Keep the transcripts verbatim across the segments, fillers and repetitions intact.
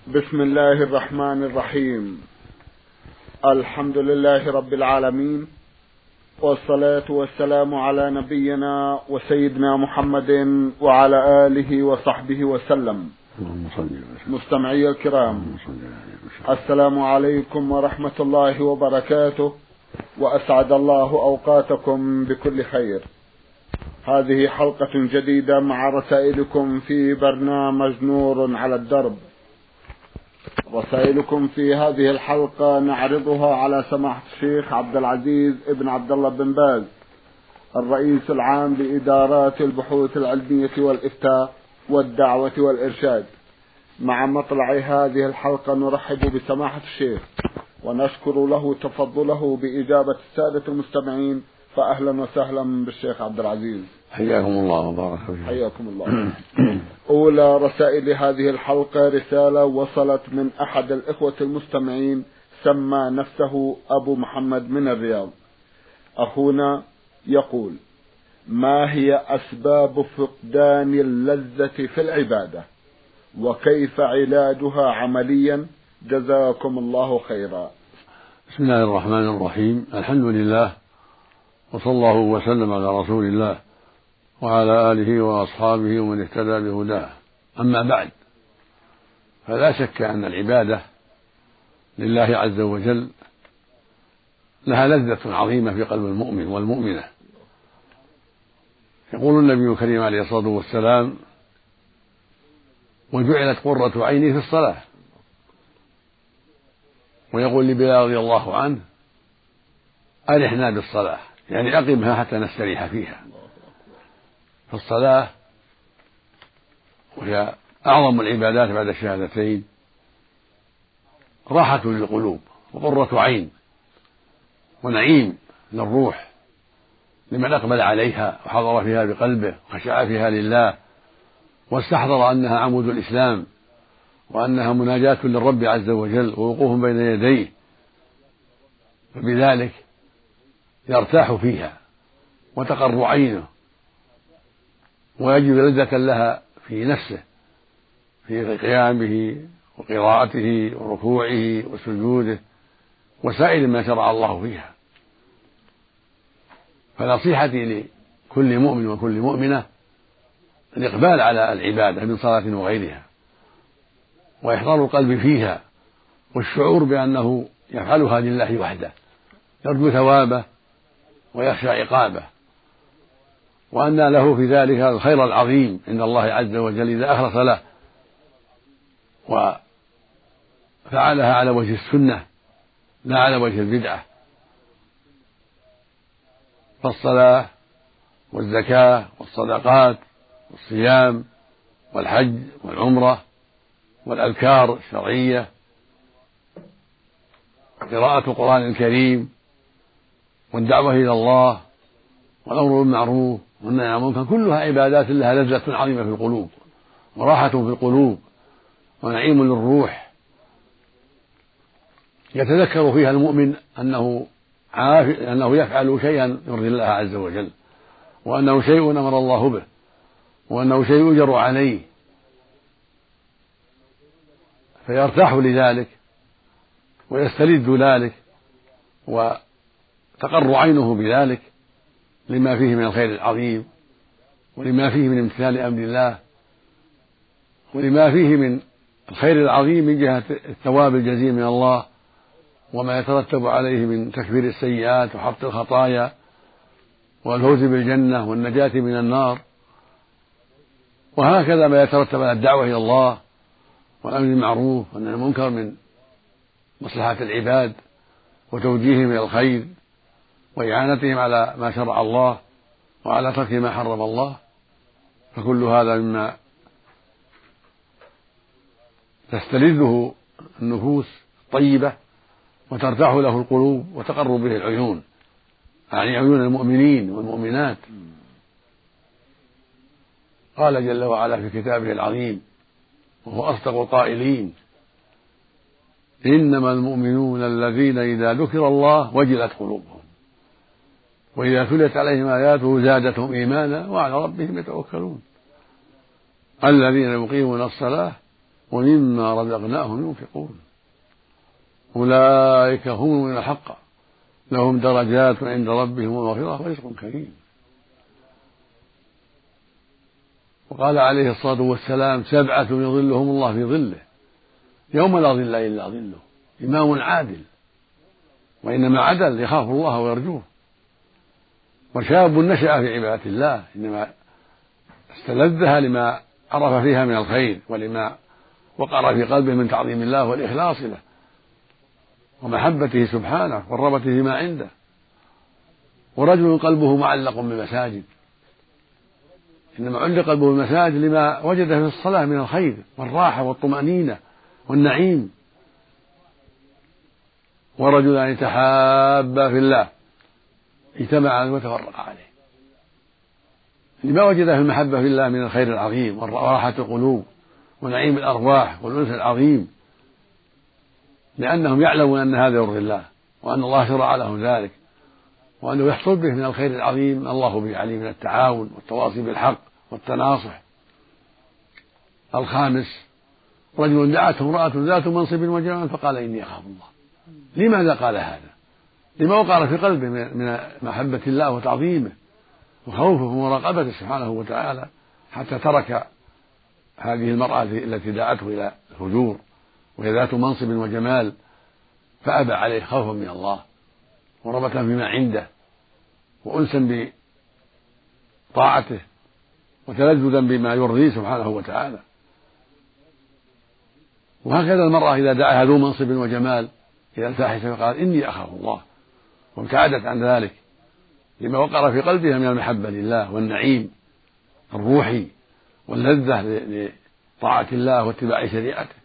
بسم الله الرحمن الرحيم. الحمد لله رب العالمين، والصلاة والسلام على نبينا وسيدنا محمد وعلى آله وصحبه وسلم. مستمعي الكرام، السلام عليكم ورحمة الله وبركاته، وأسعد الله أوقاتكم بكل خير. هذه حلقة جديدة مع رسائلكم في برنامج نور على الدرب. رسائلكم في هذه الحلقة نعرضها على سماحة الشيخ عبد العزيز ابن عبد الله بن باز، الرئيس العام لإدارات البحوث العلمية والإفتاء والدعوة والإرشاد. مع مطلع هذه الحلقة نرحب بسماحة الشيخ ونشكر له تفضله بإجابة السادة المستمعين، فأهلا وسهلا بالشيخ عبد العزيز. حياكم الله وبارك فيكم. حياكم الله. أولى رسائل هذه الحلقة رسالة وصلت من أحد الإخوة المستمعين، سمى نفسه أبو محمد من الرياض. أخونا يقول: ما هي أسباب فقدان اللذة في العبادة، وكيف علاجها عمليا؟ جزاكم الله خيرا. بسم الله الرحمن الرحيم. الحمد لله، وصلى الله وسلم على رسول الله وعلى آله وأصحابه ومن اهتدى بهداه. أما بعد، فلا شك أن العبادة لله عز وجل لها لذة عظيمة في قلب المؤمن والمؤمنة. يقول النبي الكريم عليه الصلاة والسلام: وجعلت قرة عيني في الصلاة. ويقول لبلال رضي الله عنه: أرحنا بالصلاة، يعني أقمها حتى نستريح فيها. فالصلاة وهي أعظم العبادات بعد الشهادتين راحة للقلوب وقرة عين ونعيم للروح لمن أقبل عليها وحضر فيها بقلبه وخشع فيها لله واستحضر أنها عمود الإسلام، وأنها مناجاة للرب عز وجل ووقوف بين يديه، فبذلك يرتاح فيها وتقر عينه ويجد لذة لها في نفسه، في قيامه وقراءته وركوعه وسجوده وسائر ما شرع الله فيها. فنصيحتي لكل مؤمن وكل مؤمنة الإقبال على العبادة من صلاة وغيرها، وإحضار القلب فيها، والشعور بأنه يفعلها لله وحده، يرجو ثوابه ويخشى عقابه، وأن له في ذلك الخير العظيم عند الله عز وجل إذا أخلص له وفعلها على وجه السنة لا على وجه البدعة. فالصلاة والزكاة والصدقات والصيام والحج والعمرة والأذكار الشرعية وقراءة القرآن الكريم والدعوة إلى الله والأمر بالمعروف والنهي عن المنكر كلها عبادات لها لذة عظيمة في القلوب وراحة في القلوب ونعيم للروح، يتذكر فيها المؤمن أنه أنه يفعل شيئا يرضي الله عز وجل، وأنه شيء أمر الله به، وأنه شيء يؤجر عليه، فيرتاح لذلك ويستلذ ذلك وتقر عينه بذلك لما فيه من الخير العظيم، ولما فيه من امتثال أمر الله، ولما فيه من الخير العظيم من جهة الثواب الجزيل من الله، وما يترتب عليه من تكفير السيئات وحط الخطايا والفوز بالجنة والنجاة من النار. وهكذا ما يترتب على الدعوة إلى الله والأمر بالمعروف والنهي عن المنكر من مصلحة العباد وتوجيههم إلى الخير وإعانتهم على ما شرع الله وعلى ترك ما حرم الله. فكل هذا مما تستلذه النفوس الطيبة وترتاح له القلوب وتقر به العيون، يعني عيون المؤمنين والمؤمنات. قال جل وعلا في كتابه العظيم وهو أصدق القائلين: إنما المؤمنون الذين إذا ذكر الله وجلت قلوبهم وإذا تليت عليهم آياته زادتهم إيمانا وعلى ربهم يتوكلون الذين يقيمون الصلاة ومما رزقناهم ينفقون أولئك هم المؤمنون حقا لهم درجات عند ربهم ومغفرة ورزق كريم. وقال عليه الصلاة والسلام سبعة يظلهم الله في ظله يوم لا ظل إلا ظله إمام عادل وإنما عدل يخاف الله ويرجوه، وشاب نشأ في عبادة الله إنما استلذها لما عرف فيها من الخير ولما وقر في قلبه من تعظيم الله والإخلاص له ومحبته سبحانه والرغبة فيما عنده، ورجل قلبه معلق بالمساجد إنما علق قلبه بالمساجد لما وجد في الصلاة من الخير والراحة والطمأنينة والنعيم. ورجلان يتحابا في الله اجتمعا وتفرقا عليه لما وجد في المحبة في الله من الخير العظيم وراحة القلوب ونعيم الأرواح والأنس العظيم، لأنهم يعلمون أن هذا يرضي الله وأن الله شرع لهم ذلك وأنه يحصل به من الخير العظيم الله به عليه من التعاون والتواصي بالحق والتناصح. الخامس رجل دعته امرأة ذات منصب وجمال فقال إني أخاف الله. لماذا قال هذا؟ لما وقر في قلبه من محبة الله وتعظيمه وخوفه ومراقبته سبحانه وتعالى حتى ترك هذه المرأة التي دعته إلى الفجور وهي ذات منصب وجمال فأبى عليه خوفا من الله ورغبة فيما عنده وأنسا بطاعته وتلذذا بما يرضيه سبحانه وتعالى. وهكذا المرأة إذا دعاها ذو منصب وجمال إلى الفاحشة فقال إني أخاف الله وابتعدت عن ذلك لما وقر في قلبها من المحبة لله والنعيم الروحي واللذة لطاعة الله واتباع شريعته.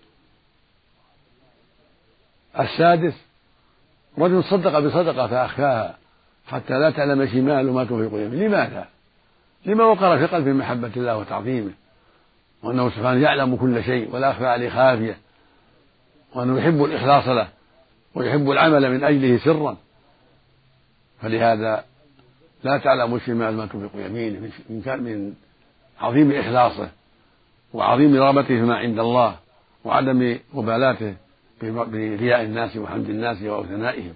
السادس رجل صدق بصدقة فأخفاها حتى لا تعلم شماله ما تنفق يمينه. لماذا؟ لما وقر في قلبه محبة الله وتعظيمه وأنه سبحانه يعلم كل شيء ولا أخفى عليه خافية وأنه يحب الإخلاص له ويحب العمل من أجله سرا، فلهذا لا تعلم شمال ما تنفق يمينه من عظيم إخلاصه وعظيم رغبته فيما عند الله وعدم مبالاته برياء الناس وحمد الناس وثنائهم.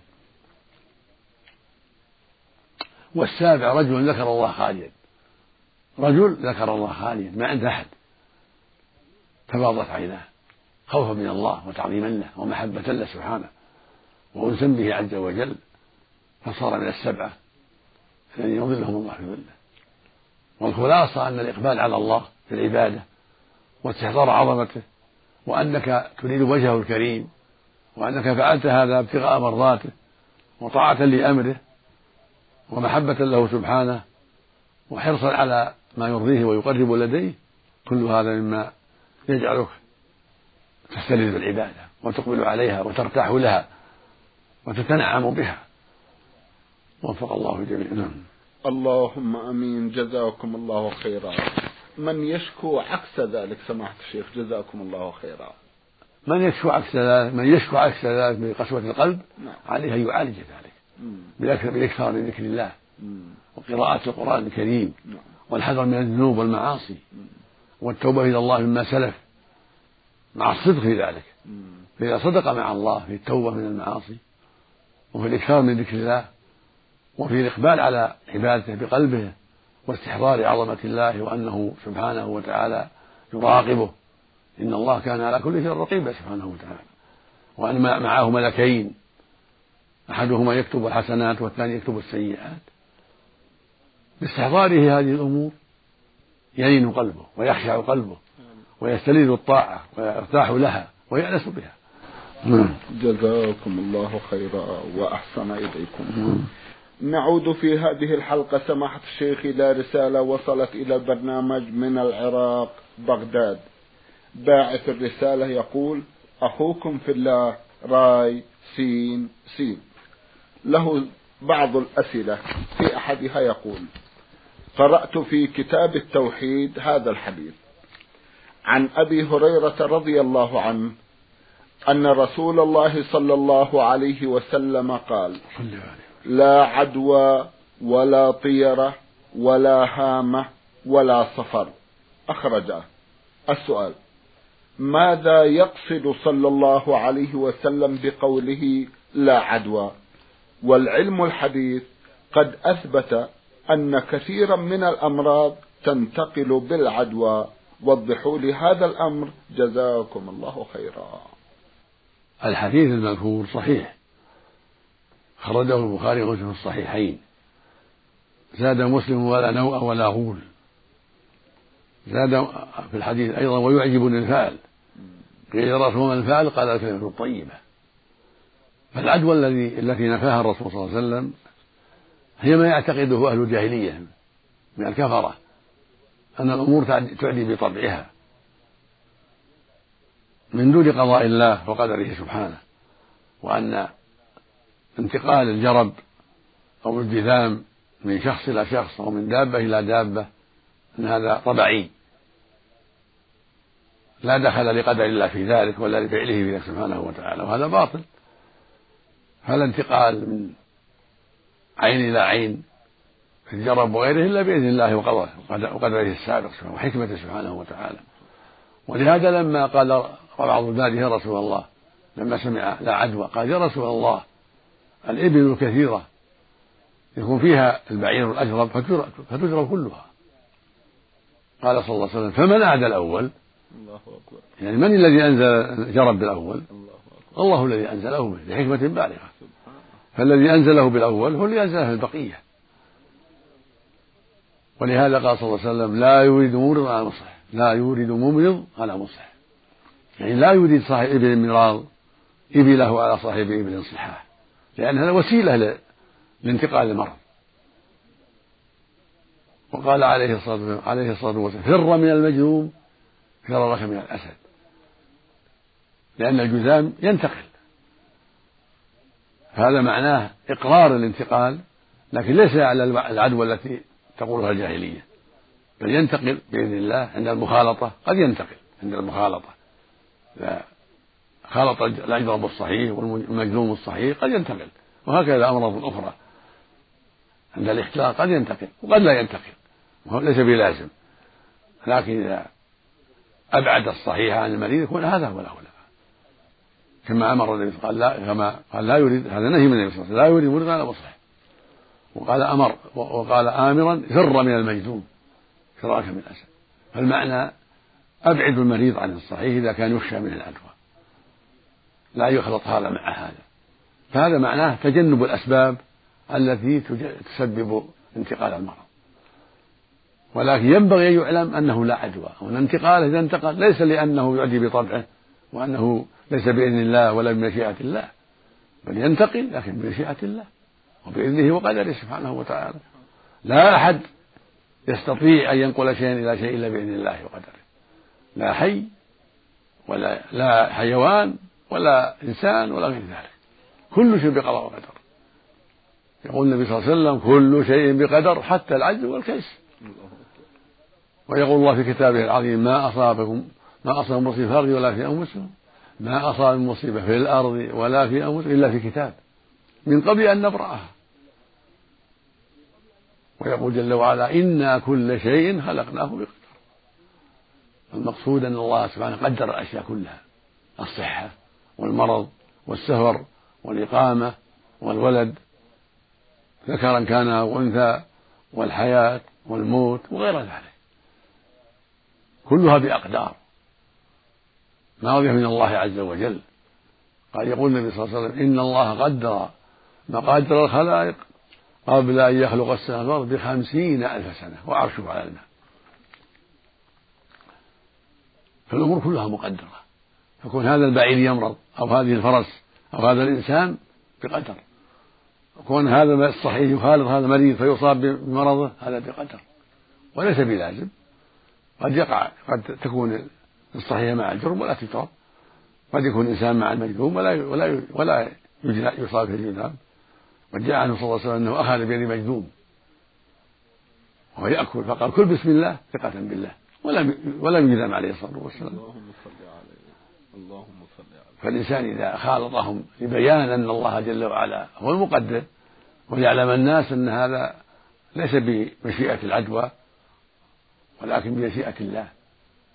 والسابع رجل ذكر الله خاليا رجل ذكر الله خاليا ما عنده أحد ففاضت عيناه خوفا من الله وتعظيما له ومحبة له سبحانه وأنسا به عز وجل فصار من السبعة الذين يظلهم الله في ظله. والخلاصة أن الإقبال على الله في العبادة واستحضار عظمته وأنك تريد وجهه الكريم وأنك فعلت هذا ابتغاء مرضاته وطاعة لأمره ومحبة له سبحانه وحرصا على ما يرضيه ويقرب لديه، كل هذا مما يجعلك تستلذ بالعبادة وتقبل عليها وترتاح لها وتتنعم بها. وفق الله جميعا. اللهم امين. جزاكم الله خيرا. من يشكو عكس ذلك سماحة الشيخ جزاكم الله خيرا؟ من يشكو عكس ذلك من يشكو عكس ذلك من قسوة القلب نعم. عليه أن يعالج ذلك بالإكثار من ذكر الله مم. وقراءة القرآن الكريم نعم. والحذر من الذنوب والمعاصي مم. والتوبة إلى الله مما سلف مع الصدق في ذلك، فإذا صدق مع الله في التوبة من المعاصي وفي الإكثار من ذكر الله وفي الإقبال على عبادته بقلبه واستحضار عظمة الله وأنه سبحانه وتعالى يراقبه، إن الله كان على كل شيء رقيبا سبحانه وتعالى، وأن معه ملكين أحدهما يكتب الحسنات والثاني يكتب السيئات. باستحضاره هذه الأمور يلين قلبه ويخشع قلبه ويستلذ الطاعة ويرتاح لها ويأنس بها. جزاكم الله خيرا وأحسن إليكم. نعود في هذه الحلقة سماحة الشيخ إلى رسالة وصلت إلى البرنامج من العراق بغداد. باعث الرسالة يقول: أخوكم في الله راي سين سين. له بعض الأسئلة، في أحدها يقول: قرأت في كتاب التوحيد هذا الحديث عن أبي هريرة رضي الله عنه أن رسول الله صلى الله عليه وسلم قال: لا عدوى ولا طيرة ولا هامة ولا صفر. أخرجه. السؤال: ماذا يقصد صلى الله عليه وسلم بقوله لا عدوى؟ والعلم الحديث قد أثبت أن كثيرا من الأمراض تنتقل بالعدوى. وضحوا لي هذا الأمر جزاكم الله خيرا. الحديث المذكور صحيح، خرجه البخاري ومسلم في الصحيحين. زاد مسلم ولا نوء ولا غول. زاد في الحديث أيضا ويعجبني الفعل. قيل يا رسول الله الفعل؟ قال الكلمة الطيبة. فالعدوى الذي التي نفاها الرسول صلى الله عليه وسلم هي ما يعتقده أهل الجاهلية من الكفرة، أن الأمور تعدي بطبعها من دون قضاء الله وقدره سبحانه، وأن انتقال الجرب أو الجذام من شخص إلى شخص أو من دابة إلى دابة أن هذا طبعي لا دخل لقدر الله في ذلك ولا لفعله في ذلك سبحانه وتعالى، وهذا باطل. فلا انتقال من عين إلى عين في الجرب وغيره إلا بإذن الله وقدره السابق وحكمته سبحانه وتعالى. ولهذا لما قال بعض عباده يا رسول الله لما سمع لا عدوى قال يا رسول الله الإبل الكثيرة يكون فيها البعير الأجرب فتجرب كلها. قال صلى الله عليه وسلم فمن أعدى الأول؟ الله أكبر. يعني من الذي أنزل جرب بالأول؟ الله, الله الذي أنزله به لحكمة بالغة. فالذي أنزله بالأول هو الذي أنزله البقية. ولهذا قال صلى الله عليه وسلم لا يريد ممرض على مصلح، لا يريد ممرض على مصلح، يعني لا يريد صاحب إبل مراض إبله على صاحب إبل صحاح، لأن هذا وسيلة لانتقال المرض. وقال عليه الصلاة عليه الصلاة والسلام فر من المجذوم فرارك من الأسد، لأن الجذام ينتقل. هذا معناه إقرار الانتقال، لكن ليس على العدوى التي تقولها الجاهلية، بل ينتقل بإذن الله عند المخالطة. قد ينتقل عند المخالطة إذا خالط الأجرب الصحيح والمجذوم الصحيح قد ينتقل، وهكذا أمراض أخرى عند الاختلاط قد ينتقل وقد لا ينتقل، وهو ليس بلازم. لكن إذا أبعد الصحيح عن المريض يكون هذا هو الأولى، كما أمر النبي قال لا كما قال لا يريد، هذا نهي من النبي صلى الله عليه وسلم لا يريد مريض على مصلح. وقال أمر وقال آمرا فر من المجذوم فراك من الأسد. فالمعنى أبعد المريض عن الصحيح إذا كان يخشى من العدوى، لا يخلط هذا مع هذا. فهذا معناه تجنب الأسباب التي تسبب انتقال المرض. ولكن ينبغي أن يعلم أنه لا عدوى، وأن انتقاله إذا انتقل ليس لأنه يعدي بطبعه وأنه ليس بإذن الله ولا بمشيئة الله، بل ينتقل لكن بمشيئة الله وبإذنه وقدره سبحانه وتعالى. لا أحد يستطيع أن ينقل شيئا إلى شيء إلا بإذن الله وقدره، لا حي ولا لا حيوان ولا إنسان ولا غير ذلك، كل شيء بقضاء وقدر. يقول النبي صلى الله عليه وسلم كل شيء بقدر حتى العجز والكيس. ويقول الله في كتابه العظيم ما أصابكم ما أصاب مصيبة في الأرض ولا في أنفسكم ما أصاب مصيبة في الأرض ولا في أنفسكم إلا في كتاب من قبل أن نبرأها. ويقول جل وعلا إنا كل شيء خلقناه بقدر. المقصود أن الله سبحانه قدر الأشياء كلها، الصحة والمرض والسفر والإقامة والولد ذكرا كان أو أنثى والحياة والموت وغير ذلك، كلها بأقدار ماضية من الله عز وجل. قال يقول النبي صلى الله عليه وسلم إن الله قدر مقادر الخلائق قبل أن يخلق السماوات والأرض بخمسين ألف سنة وعرشه على الماء. فالأمور كلها مقدرة، فكون هذا البعير يمرض أو هذه الفرس أو هذا الإنسان بقدر، وكون هذا الصحيح يخالط هذا المريض فيصاب بمرضه هذا بقدر وليس بلازم. قد يقع قد تكون الصحيح مع الجرم ولا تجرب، قد يكون الإنسان مع المجذوم ولا ولا ولا يصاب في الجذام. وجاء عنه صلى الله عليه وسلم أنه أخذ بيد مجذوم وهو يأكل فقال كل بسم الله ثقة بالله ولم ولم يجذم عليه الصلاة والسلام. اللهم صل عليه اللهم صل عليه. فالإنسان إذا خالطهم لبيان أن الله جل وعلا هو المقدر ويعلم الناس أن هذا ليس بمشيئة العدوى ولكن بمشيئة الله،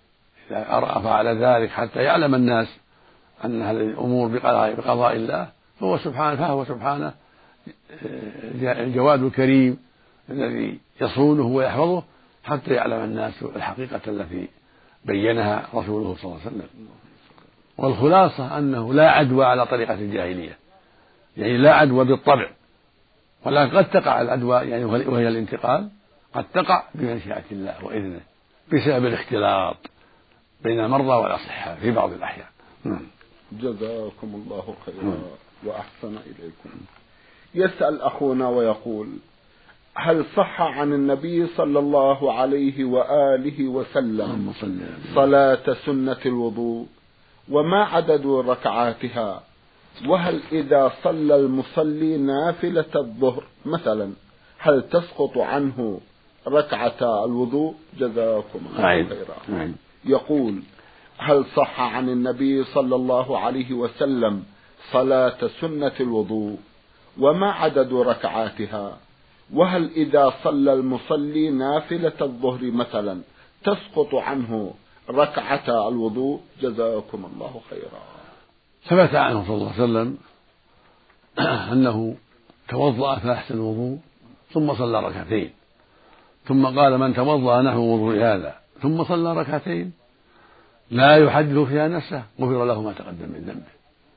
إذا فعل ذلك حتى يعلم الناس أن هذه الأمور بقضاء, بقضاء الله فهو سبحانه فهو سبحانه الجواد الكريم الذي يصونه ويحفظه حتى يعلم الناس الحقيقة التي بينها رسوله صلى الله عليه وسلم. والخلاصة أنه لا عدوى على طريقة الجاهلية، يعني لا عدوى بالطبع، ولكن قد تقع العدوى يعني وهي الانتقال قد تقع بمشيئة الله وإذنه بسبب الاختلاط بين المرضى والأصحاء في بعض الأحيان. جزاكم الله خيرا وأحسن إليكم. يسأل أخونا ويقول: هل صح عن النبي صلى الله عليه وآله وسلم صلاة سنة الوضوء؟ وما عدد ركعاتها؟ وهل إذا صلى المصلي نافلة الظهر مثلا هل تسقط عنه ركعتا الوضوء؟ جزاكم الله خيرا. يقول: هل صح عن النبي صلى الله عليه وسلم صلاة سنة الوضوء؟ وما عدد ركعاتها؟ وهل إذا صلى المصلي نافلة الظهر مثلا تسقط عنه ركعتا الوضوء؟ جزاكم الله خيرا. ثبت عنه صلى الله عليه وسلم أنه توضأ فأحسن الوضوء ثم صلى ركعتين، ثم قال: من توضأ نحو وضوء هذا ثم صلى ركعتين لا يحدث فيها نفسه غفر له ما تقدم من ذنبه.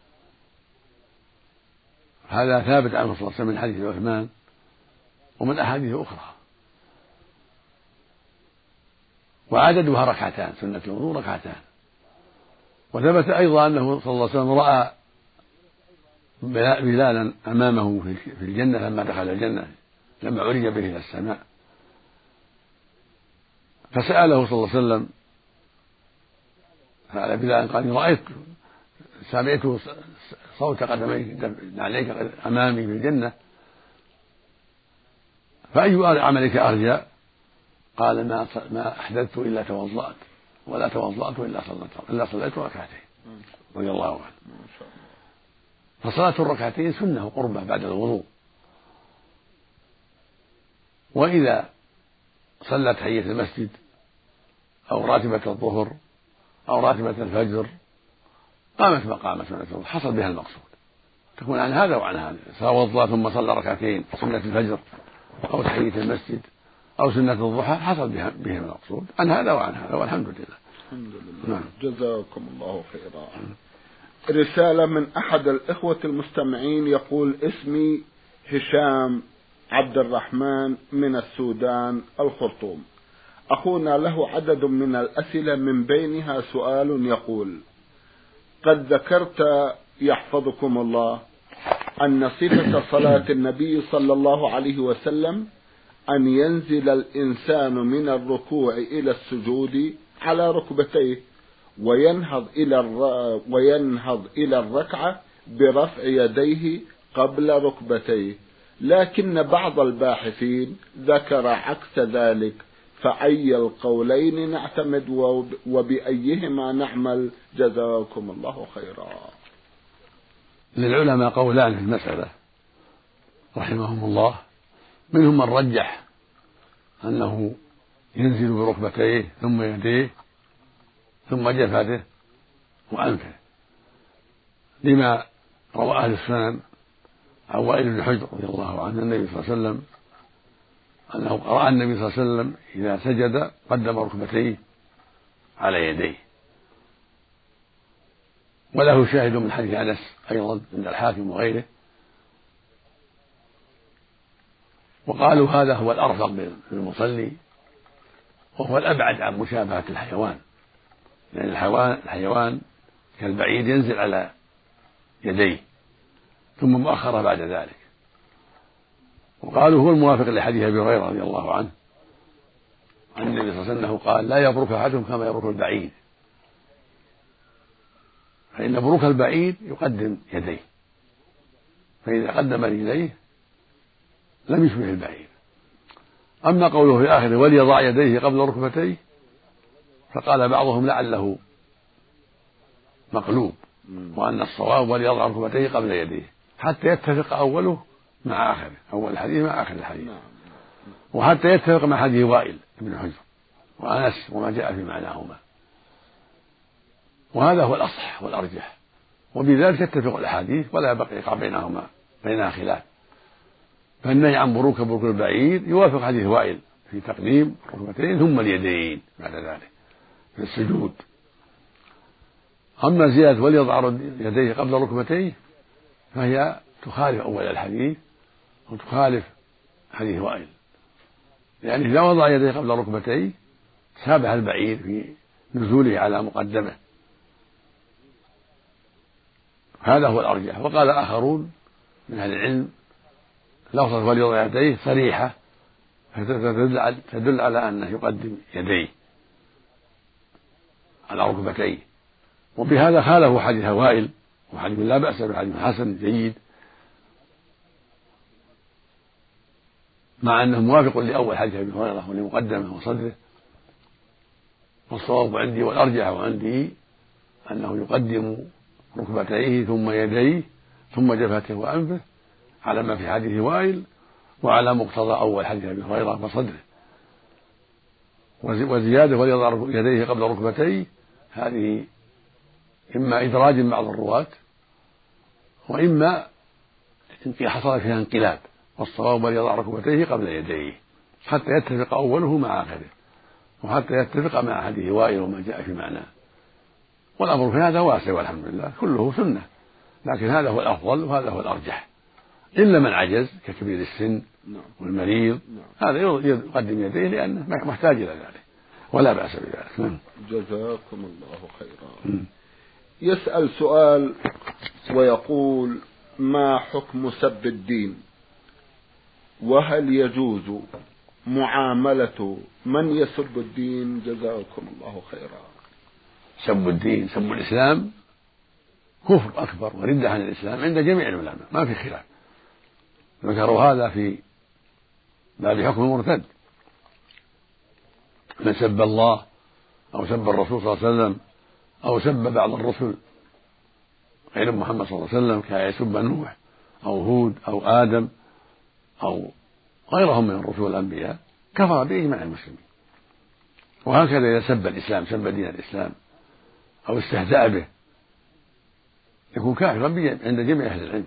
هذا ثابت عنه صلى الله عليه وسلم من حديث عثمان ومن أحاديث أخرى. وعددها ركعتان، سنة الوضوء ركعتان. وثبت أيضا أنه صلى الله عليه وسلم رأى بلالا أمامه في الجنة لما دخل الجنة، لما عرج به إلى السماء، فسأله صلى الله عليه وسلم، سأل بلال قال: رأيت سمعت صوت قدميك عليك أمامي في الجنة، فأي عملك أرجى؟ قال: ما ما أحدثت إلا توضأت، ولا توضأت إلا صليت إلا صليت ركعتين رضي الله عنه. فصلاة الركعتين سنة وقربة بعد الوضوء. وإذا صلت تحية المسجد أو راتبة الظهر أو راتبة الفجر قامت مقام سنة الوضوء، حصل بها المقصود، تكون عن هذا وعن هذا، توضأ ثم صلى ركعتين سنة الفجر أو تحية المسجد أو سنة الضحى، حصل بها المقصود عن هذا وعن هذا، والحمد لله. الحمد لله. نعم. جزاكم الله خيرا. رسالة من أحد الإخوة المستمعين يقول: اسمي هشام عبد الرحمن من السودان الخرطوم. أخونا له عدد من الأسئلة، من بينها سؤال يقول: قد ذكرت يحفظكم الله أن صفة صلاة النبي صلى الله عليه وسلم أن ينزل الإنسان من الركوع إلى السجود على ركبتيه وينهض إلى وينهض إلى الركعة برفع يديه قبل ركبتيه، لكن بعض الباحثين ذكر عكس ذلك، فأي القولين نعتمد وبأيهما نعمل؟ جزاكم الله خيرا. للعلماء قولان في المسألة رحمهم الله، منهم من رجح أنه ينزل بركبتيه ثم يديه ثم جبهته وأنفه، لما روى أهل السنن عن وائل بن حجر رضي الله عنه النبي صلى الله عليه وسلم أنه رأى النبي صلى الله عليه وسلم إذا سجد قدم ركبتيه على يديه. وله شاهد من حديث أنس أيضا عند الحاكم وغيره، وقالوا هذا هو الأرفق بالمصلي وهو الأبعد عن مشابهة الحيوان، لأن الحيوان الحيوان كالبعيد ينزل على يديه ثم مؤخرة بعد ذلك. وقالوا هو الموافق لحديث أبي هريرة رضي الله عنه عن النبي صلى الله عليه وسلم قال: لا يبرك أحدكم كما يبرك البعيد، فإن بروك البعيد يقدم يديه، فإذا قدم رجليه لم يشبه البعيد. أما قوله في آخره: وليضع يديه قبل ركبتيه، فقال بعضهم لعله مقلوب، وأن الصواب وليضع ركبتيه قبل يديه حتى يتفق أوله مع آخره، أول الحديث مع آخر الحديث، وحتى يتفق مع حديث وائل بن حجر وأنس وما جاء في معناهما. وهذا هو الأصح والأرجح، وبذلك تتفق الأحاديث ولا بقي يقع بينهما بينها خلاف. فالنهي عن بروك بروك البعير يوافق حديث وائل في تقديم الركبتين ثم اليدين بعد ذلك في السجود. أما زيادة وليضع يديه قبل ركبتيه فهي تخالف أول الحديث وتخالف حديث وائل، لأنه إذا وضع يديه قبل ركبتيه شابه البعير في نزوله على مقدمه، هذا هو الأرجح. وقال آخرون من أهل العلم لفظة وليضع يديه صريحة تدل على أنه يقدم يديه على ركبتيه، وبهذا خالفوا حديث وائل وحديث لا بأس بحديث حسن جيد، مع أنه موافق لأول حديث أبي هريرة ولمقدمه وصدره. والصواب عندي والأرجح عندي أنه يقدم ركبتيه ثم يديه ثم جبهته وأنفه على ما في حديث وائل وعلى مقتضى أول حديث أبي هريرة وصدره. وزيادة وليضع يديه قبل ركبتيه هذه إما إدراج بعض الرواة وإما حصل فيها انقلاب، والصواب وليضع ركبتيه قبل يديه حتى يتفق أوله مع آخره وحتى يتفق مع حديث وائل وما جاء في معناه. والأمر في هذا واسع والحمد لله كله سنة، لكن هذا هو الأفضل وهذا هو الأرجح، إلا من عجز ككبير السن والمريض هذا يقدم يديه لأنه محتاج إلى ذلك ولا بأس بذلك. جزاكم الله خيرا. يسأل سؤال ويقول: ما حكم سب الدين؟ وهل يجوز معاملة من يسب الدين؟ جزاكم الله خيرا. سب الدين سب الإسلام كفر أكبر وردة عن الإسلام عند جميع العلماء ما في خلاف، ذكروا هذا في باب حكم المرتد. من سب الله أو سب الرسول صلى الله عليه وسلم أو سب بعض الرسل غير محمد صلى الله عليه وسلم كان يسب نوح أو هود أو آدم أو غيرهم من الرسل والأنبياء كفر بإجماع المسلمين. وهكذا إذا سب الإسلام سب دين الإسلام أو استهزأ به يكون كافرا عند جميع أهل العلم،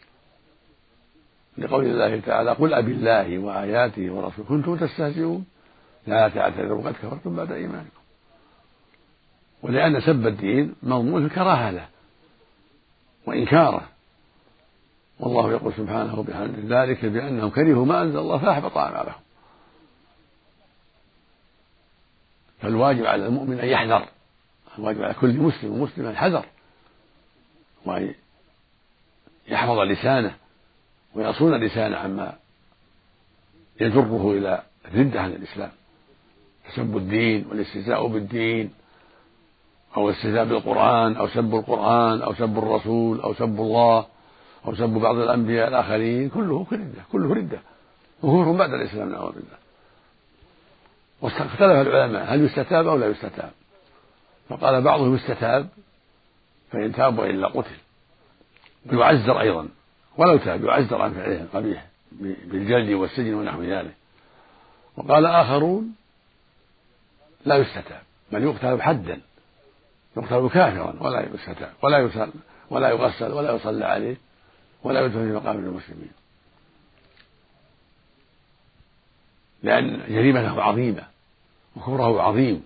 لقول الله تعالى: قل أبي الله وآياته ورسوله كنتم تستهزئون لا تعتذروا قد كفرتم بعد إيمانكم. ولأن سب الدين مضمون الكراهة له وإنكاره، والله يقول سبحانه وبحمده: ذلك بأنهم كرهوا ما أنزل الله فأحبط أعمالهم. فالواجب على المؤمن أن يحذر، الواجب على كل مسلم ومسلم الحذر وأن يحفظ لسانه ويصون لسانه عما يجره إلى الردة عن الإسلام. سب الدين والاستهزاء بالدين أو الاستهزاء بالقرآن أو سب القرآن أو سب الرسول أو سب الله أو سب بعض الأنبياء الآخرين كله ردة كله ردة وكفر بعد الإسلام نعوذ بالله. واختلف العلماء هل يستتاب أو لا يستتاب، فقال بعضهم يستتاب فإن تاب وإلا قتل، ويعزر أيضا ولو تاب يعزر عن فعله القبيح بالجلد والسجن ونحو ذلك. وقال آخرون لا يستتاب بل يقتل حدا، يقتل كافرا ولا يستتاب ولا يصل ولا يغسل ولا يصلى عليه ولا يدفن في مقابر المسلمين، لأن جريمته عظيمة وكفره عظيم.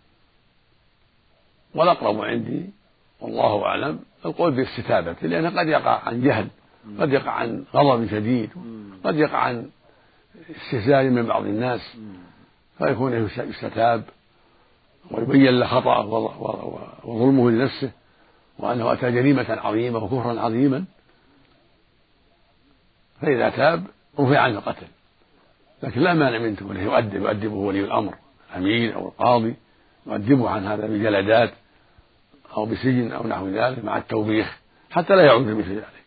والأقرب عندي والله أعلم القول باستتابة، لأنه قد يقع عن جهل، قد يقع عن غضب شديد، قد يقع عن استهزاء من بعض الناس، فيكون يستتاب ويبين له خطأه وظلمه لنفسه وأنه أتى جريمة عظيمة وكفرا عظيما، فإذا تاب رفع عنه القتل، لكن لا مانع منه وله يؤدب يؤدبه ولي الأمر الأمير أو القاضي، يؤدبه عن هذا بجلدات أو بسجن أو نحو ذلك مع التوبيخ حتى لا يعود بمثل ذلك.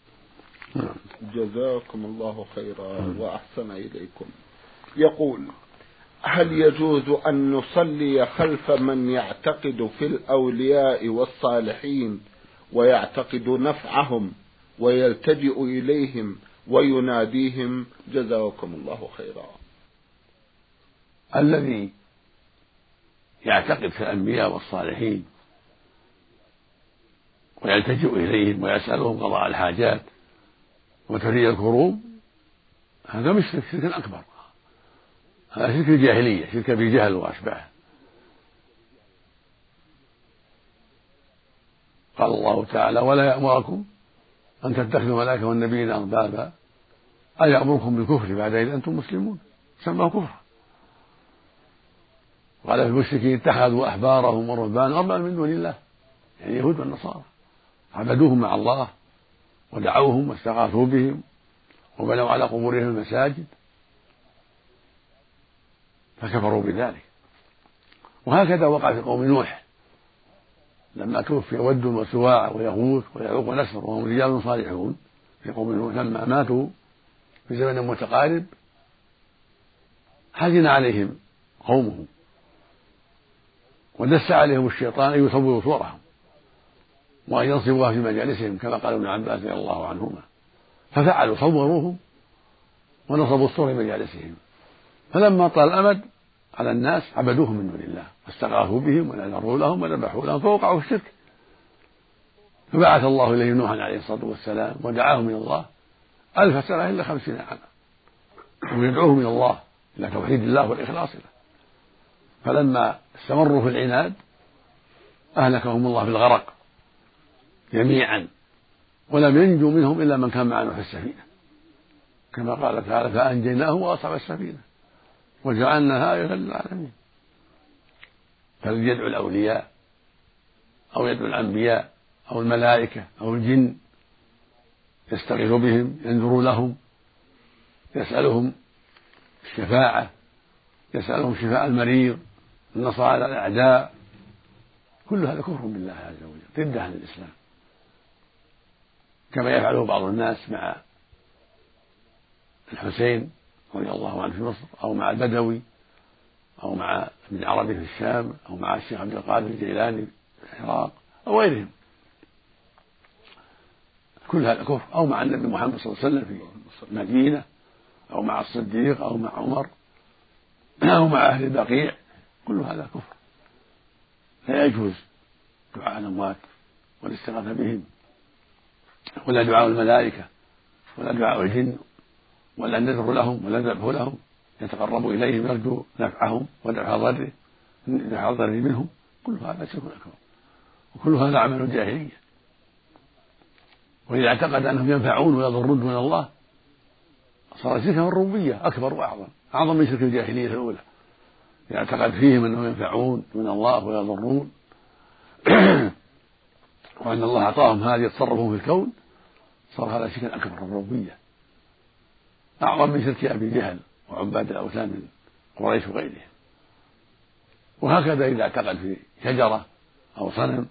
جزاكم الله خيرا وأحسن إليكم. يقول: هل يجوز أن نصلي خلف من يعتقد في الأولياء والصالحين ويعتقد نفعهم ويلتجئ إليهم ويناديهم؟ جزاكم الله خيرا. الذي يعتقد في الأنبياء والصالحين ويلتجئ إليهم ويسألهم قضاء الحاجات وتفريج الكروب، هذا مش شرك، شرك أكبر، هذا شرك الجاهلية، شرك بجهل وأشباهه. قال الله تعالى: ولا يأمركم أن تتخذوا الملائكة والنبيين أربابا أيأمركم بالكفر بعد إذ أنتم مسلمون، سماه كفرا. قال في المشركين: اتخذوا أحبارهم ورهبانهم أربابا من دون الله، يعني اليهود والنصارى، عبدوهم مع الله ودعوهم واستغاثوا بهم وبنوا على قبورهم المساجد فكفروا بذلك. وهكذا وقع في قوم نوح لما توفي ود وسواع ويغوث ويعوق ونسر وهم رجال صالحون في قوم نوح، لما ماتوا في زمن متقارب حزن عليهم قومهم ودس عليهم الشيطان أن يصوروا صورهم وأن ينصبوها في مجالسهم كما قال ابن عباس رضي الله عنهما، ففعلوا صوروهم ونصبوا الصور في مجالسهم، فلما طال الأمد على الناس عبدوهم من دون الله واستغاثوا بهم ونذروا لهم وذبحوا لهم فوقعوا في الشرك، فبعث الله إليهم نوحا عليه الصلاة والسلام ودعاهم إلى الله ألف سنة إلا خمسين عاما ويدعوهم إلى الله إلى توحيد الله والإخلاص له، فلما استمروا في العناد أهلكهم الله بالغرق جميعا ولم ينجو منهم إلا من كان مع نوح السفينة، كما قال تعالى: فأنجيناه وأصحاب السفينة وجعلناها آية للعالمين. فالذي يدعو الأولياء أو يدعو الأنبياء أو الملائكة أو الجن يستغيث بهم، ينذر لهم، يسألهم الشفاعة، يسألهم شفاء المريض، النصر على الأعداء، كل هذا كفر بالله عز وجل، ردة عن الإسلام، كما يفعله بعض الناس مع الحسين رضي الله عنه في مصر أو مع البدوي أو مع ابن عربي في الشام أو مع الشيخ عبد القادر الجيلاني في العراق أو غيرهم، كل هذا كفر، أو مع النبي محمد صلى الله عليه وسلم في المدينة أو مع الصديق أو مع عمر أو مع أهل البقيع، كل هذا كفر. لا يجوز دعاء الأموات والاستغاثة بهم ولا دعاء الملائكة ولا دعاء الجن ولا النذر لهم ولا الذبح لهم، يتقرب إليهم يرجو نفعهم ودفع ضره دفع ضره منهم، كل هذا شرك أكبر وكل هذا عمل جاهلية. وإذا اعتقد أنهم ينفعون ويضرون دون الله صار شركا الربوبية أكبر وأعظم، أعظم من شرك الجاهلية الأولى. إذا اعتقد فيهم أنهم ينفعون دون الله ويضرون وأن الله أعطاهم هذه يتصرفون في الكون صار هذا شركا أكبر الربوبية، أعظم من شرك أبي جهل وعباد الأوثان من قريش وغيرهم. وهكذا إذا اعتقد في شجرة أو صنم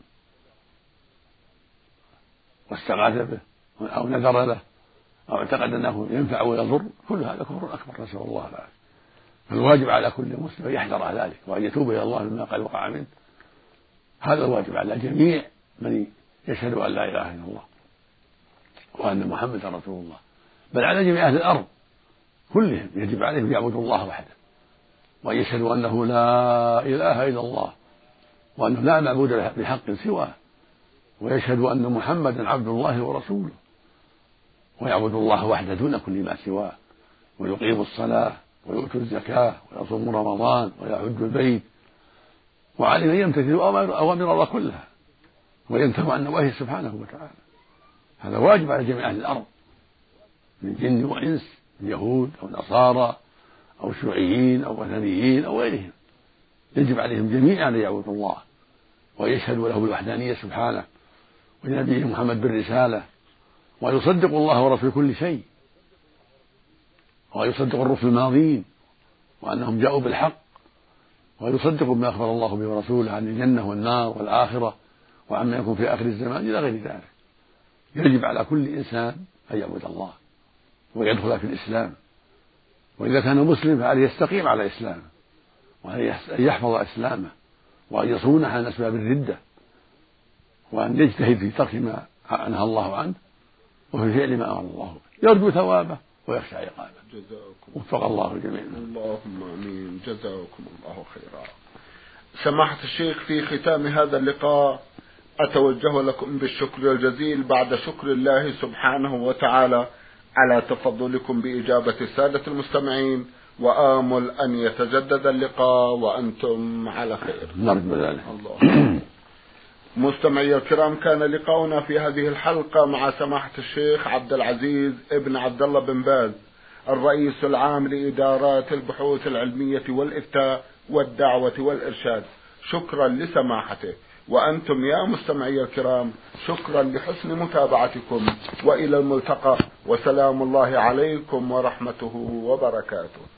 واستغاث به أو نذر له أو اعتقد أنه ينفع ويضر، كل هذا كفر أكبر، نسأل الله العافية. فالواجب على كل مسلم أن يحذر ذلك وأن يتوب إلى الله مما قد وقع منه، هذا الواجب على جميع من يشهد أن لا إله إلا الله وأن محمدا رسول الله، بل على جميع أهل الأرض كلهم يجب عليهم يعبدوا الله وحده وأن يشهدوا أنه لا إله إلا الله وأنه لا معبود بحق سواه، ويشهدوا أن محمدا عبد الله ورسوله، ويعبدوا الله وحده دون كل ما سواه، ويقيموا الصلاة ويؤتوا الزكاة ويصوموا رمضان ويحجوا البيت، وعليهم أن يمتثلوا أوامر الله كلها وينتهوا عن نواهيه سبحانه وتعالى. هذا واجب على جميع أهل الأرض من جن وإنس، من يهود أو نصارى أو شيوعيين أو وثنيين أو غيرهم، يجب عليهم جميعا أن يعبدوا الله ويشهدوا له بالوحدانية سبحانه ولنبيه محمد بالرسالة، ويصدقوا الله ورسوله كل شيء، ويصدقوا الرسل الماضين وأنهم جاءوا بالحق، ويصدقوا بما أخبر الله به ورسوله عن الجنة والنار والآخرة وعما يكون في آخر الزمان إلى غير ذلك. يجب على كل إنسان أن يعبد الله ويدخل في الإسلام، وإذا كان مسلم فعليه يستقيم على إسلامه وأن يحفظ إسلامه وأن يصونه عن أسباب الردة، وأن يجتهد في ترك ما نهى الله عنه وفي فعل ما أمر الله به، يرجو ثوابه ويخشى عقابه. وفق الله الجميع. اللهم آمين. جزاكم الله خيرا. سماحة الشيخ، في ختام هذا اللقاء أتوجه لكم بالشكر الجزيل بعد شكر الله سبحانه وتعالى على تفضلكم بإجابة السادة المستمعين، وآمل أن يتجدد اللقاء وأنتم على خير. نرجو ذلك. الله. مستمعي الكرام، كان لقاؤنا في هذه الحلقة مع سماحة الشيخ عبد العزيز ابن عبد الله بن باز، الرئيس العام لإدارات البحوث العلمية والإفتاء والدعوة والإرشاد. شكرا لسماحته، وأنتم يا مستمعي الكرام شكرا لحسن متابعتكم، وإلى الملتقى، وسلام الله عليكم ورحمته وبركاته.